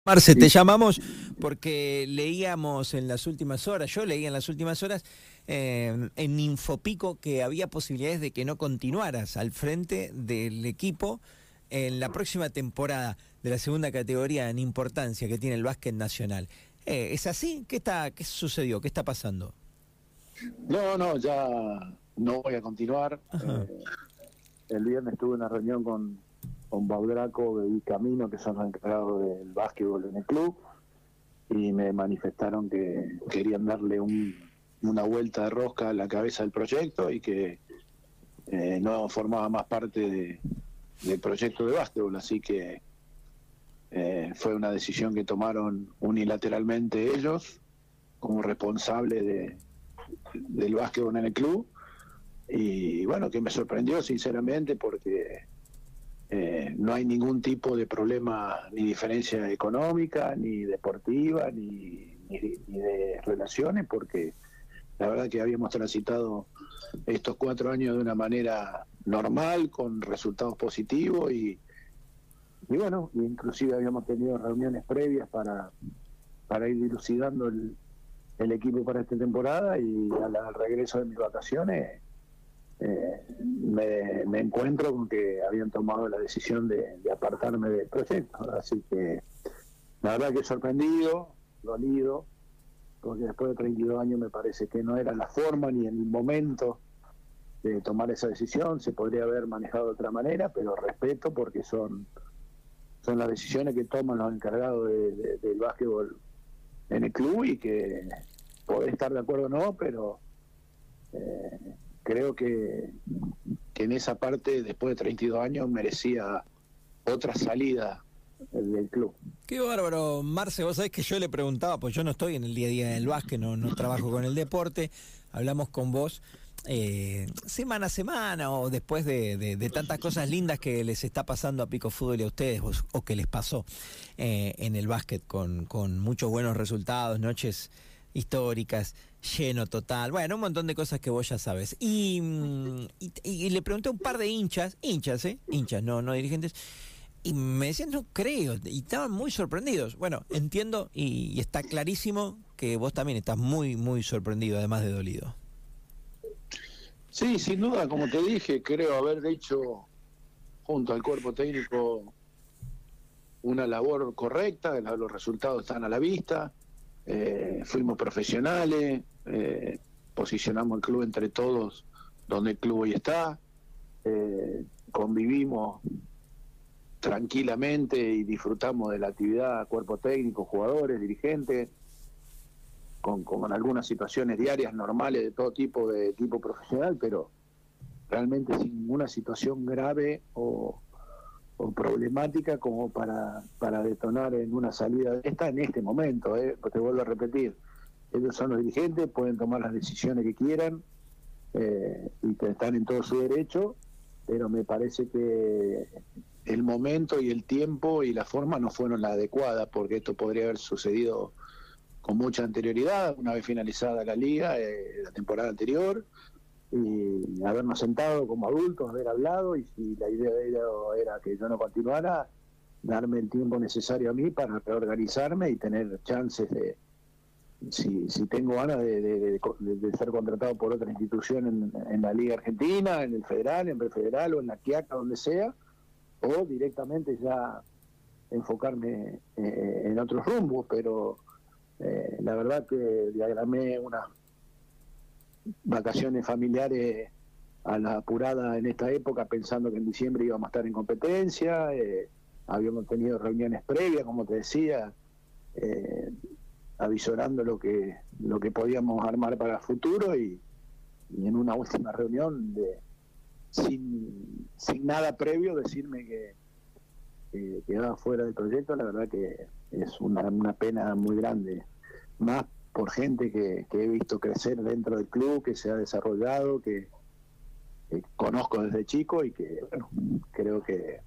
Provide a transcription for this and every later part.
Marce, te llamamos porque leíamos en las últimas horas, yo leía en las últimas horas en Infopico que había posibilidades de que no continuaras al frente del equipo en la próxima temporada de la segunda categoría en importancia que tiene el básquet nacional. ¿Es así? ¿Qué sucedió? ¿Qué está pasando? No, ya no voy a continuar. Ajá. El viernes tuve una reunión con Baudraco y Camino, que son los encargados del básquetbol en el club, y me manifestaron que querían darle una vuelta de rosca a la cabeza del proyecto y que no formaba más parte del proyecto de básquetbol, así que fue una decisión que tomaron unilateralmente ellos como responsables del básquetbol en el club. Y bueno, que me sorprendió sinceramente porque no hay ningún tipo de problema, ni diferencia económica, ni deportiva, ni de relaciones, porque la verdad que habíamos transitado estos 4 años de una manera normal, con resultados positivos, y bueno, inclusive habíamos tenido reuniones previas para ir dilucidando el equipo para esta temporada, y al regreso de mis vacaciones me encuentro con que habían tomado la decisión de apartarme del proyecto. Así que la verdad que sorprendido, dolido, porque después de 32 años me parece que no era la forma ni el momento de tomar esa decisión. Se podría haber manejado de otra manera, pero respeto, porque son las decisiones que toman los encargados del básquetbol en el club, y que podés estar de acuerdo o no, pero creo que en esa parte, después de 32 años, merecía otra salida del club. Qué bárbaro, Marce, vos sabés que yo le preguntaba, pues yo no estoy en el día a día del básquet, no trabajo con el deporte, hablamos con vos semana a semana o después de tantas cosas lindas que les está pasando a Pico Fútbol y a ustedes o que les pasó en el básquet con muchos buenos resultados, noches históricas, lleno total, bueno, un montón de cosas que vos ya sabes. Y le pregunté a un par de hinchas, no dirigentes, y me decían, no creo, y estaban muy sorprendidos. Bueno, entiendo y está clarísimo que vos también estás muy, muy sorprendido, además de dolido. Sí, sin duda, como te dije, creo haber hecho junto al cuerpo técnico una labor correcta. Los resultados están a la vista, fuimos profesionales, posicionamos el club entre todos donde el club hoy está, convivimos tranquilamente y disfrutamos de la actividad, cuerpo técnico, jugadores, dirigentes, con algunas situaciones diarias normales de todo tipo de equipo profesional, pero realmente sin ninguna situación grave o problemática como para detonar en una salida de esta en este momento. Te vuelvo a repetir, ellos son los dirigentes, pueden tomar las decisiones que quieran, y que están en todo su derecho, pero me parece que el momento y el tiempo y la forma no fueron la adecuada, porque esto podría haber sucedido con mucha anterioridad, una vez finalizada la liga, la temporada anterior, y habernos sentado como adultos, haber hablado, y si la idea era que yo no continuara, darme el tiempo necesario a mí para reorganizarme y tener chances de, si tengo ganas de ser contratado por otra institución en la Liga Argentina, en el Federal, en Prefederal o en la Quiaca, donde sea, o directamente ya enfocarme en otros rumbos. Pero la verdad que diagramé unas vacaciones familiares a la apurada en esta época, pensando que en diciembre íbamos a estar en competencia. Habíamos tenido reuniones previas, como te decía, avisorando lo que podíamos armar para el futuro, y en una última reunión sin nada previo decirme que quedaba fuera del proyecto. La verdad que es una pena muy grande, más por gente que he visto crecer dentro del club, que se ha desarrollado, que conozco desde chico, y que, bueno, creo que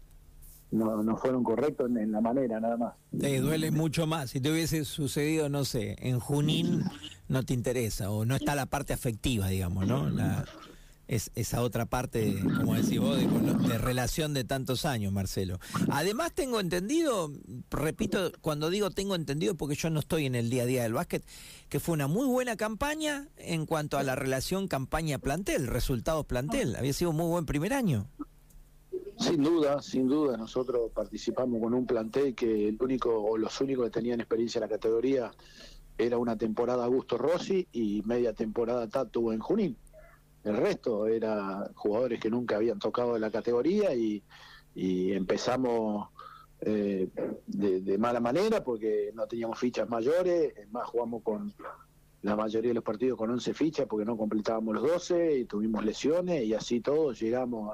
no fueron correctos en la manera, nada más. Te duele mucho más. Si te hubiese sucedido, no sé, en Junín, no te interesa, o no está la parte afectiva, digamos, ¿no? esa otra parte, como decís vos, de relación de tantos años, Marcelo. Además tengo entendido, repito, cuando digo tengo entendido porque yo no estoy en el día a día del básquet, que fue una muy buena campaña en cuanto a la relación campaña-plantel, resultados-plantel. Había sido un muy buen primer año. Sin duda, nosotros participamos con un plantel que el único o los únicos que tenían experiencia en la categoría era una temporada Augusto Rossi y media temporada Tatu en Junín. El resto era jugadores que nunca habían tocado la categoría y empezamos de mala manera porque no teníamos fichas mayores, es más jugamos con la mayoría de los partidos con 11 fichas porque no completábamos los 12 y tuvimos lesiones y así todos llegamos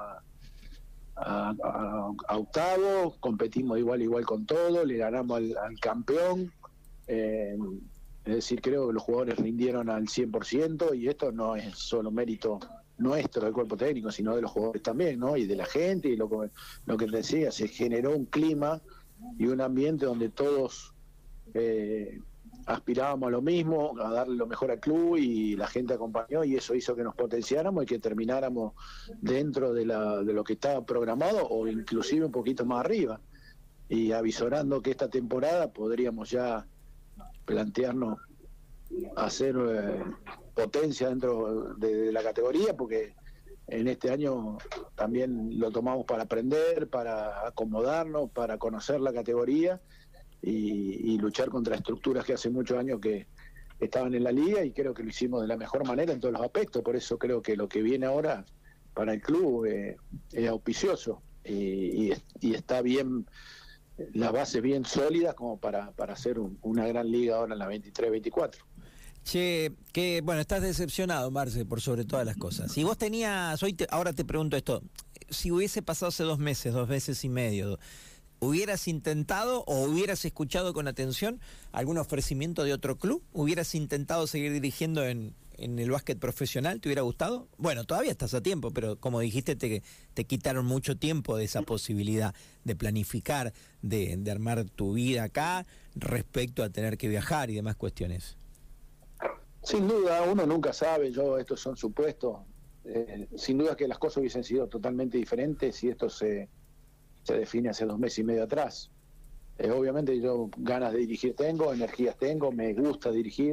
a octavo, competimos igual con todo, le ganamos al campeón, es decir, creo que los jugadores rindieron al 100% y esto no es solo mérito nuestro del cuerpo técnico, sino de los jugadores también, ¿no? Y de la gente, y lo que te decía, se generó un clima y un ambiente donde todos aspirábamos a lo mismo, a darle lo mejor al club y la gente acompañó y eso hizo que nos potenciáramos y que termináramos dentro de lo que estaba programado o inclusive un poquito más arriba y avisorando que esta temporada podríamos ya plantearnos hacer potencia dentro de la categoría porque en este año también lo tomamos para aprender, para acomodarnos, para conocer la categoría y luchar contra estructuras que hace muchos años que estaban en la liga y creo que lo hicimos de la mejor manera en todos los aspectos, por eso creo que lo que viene ahora para el club es auspicioso y está bien, las bases bien sólidas como para hacer una gran liga ahora en la 23-24. Che, que bueno, estás decepcionado, Marce, por sobre todas las cosas. Si vos tenías, ahora te pregunto esto, si hubiese pasado hace 2 meses y medio, ¿hubieras intentado o hubieras escuchado con atención algún ofrecimiento de otro club? ¿Hubieras intentado seguir dirigiendo en el básquet profesional? ¿Te hubiera gustado? Bueno, todavía estás a tiempo, pero como dijiste, te quitaron mucho tiempo de esa posibilidad de planificar, de armar tu vida acá respecto a tener que viajar y demás cuestiones. Sin duda, uno nunca sabe, estos son supuestos. Sin duda que las cosas hubiesen sido totalmente diferentes si esto se define hace 2 meses y medio atrás. Obviamente yo ganas de dirigir tengo, energías tengo, me gusta dirigir.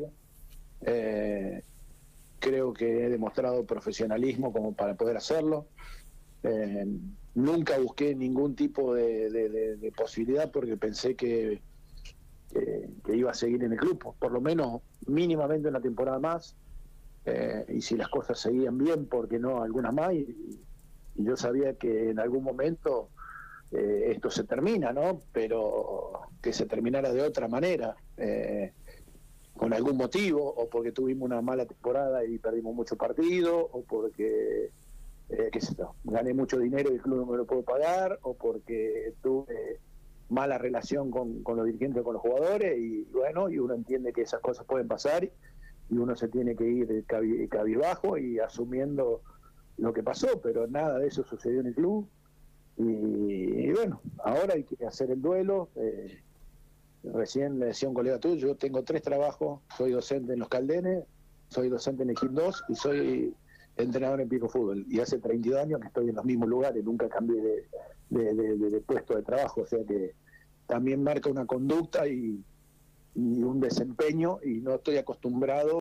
Creo que he demostrado profesionalismo como para poder hacerlo. Nunca busqué ningún tipo de posibilidad porque pensé que iba a seguir en el club, por lo menos mínimamente una temporada más, y si las cosas seguían bien, ¿por qué no algunas más? Y yo sabía que en algún momento esto se termina, ¿no? Pero que se terminara de otra manera, con algún motivo, o porque tuvimos una mala temporada y perdimos muchos partidos, o porque qué sé yo, gané mucho dinero y el club no me lo puedo pagar, o porque tuve mala relación con los dirigentes, con los jugadores, y bueno, y uno entiende que esas cosas pueden pasar y uno se tiene que ir cabizbajo y asumiendo lo que pasó, pero nada de eso sucedió en el club y bueno, ahora hay que hacer el duelo. Recién le decía un colega tuyo, yo tengo 3 trabajos, soy docente en Los Caldenes, soy docente en Equip 2 y soy entrenador en Pico Fútbol, y hace 32 años que estoy en los mismos lugares, nunca cambié de puesto de trabajo, o sea que también marca una conducta y un desempeño, y no estoy acostumbrado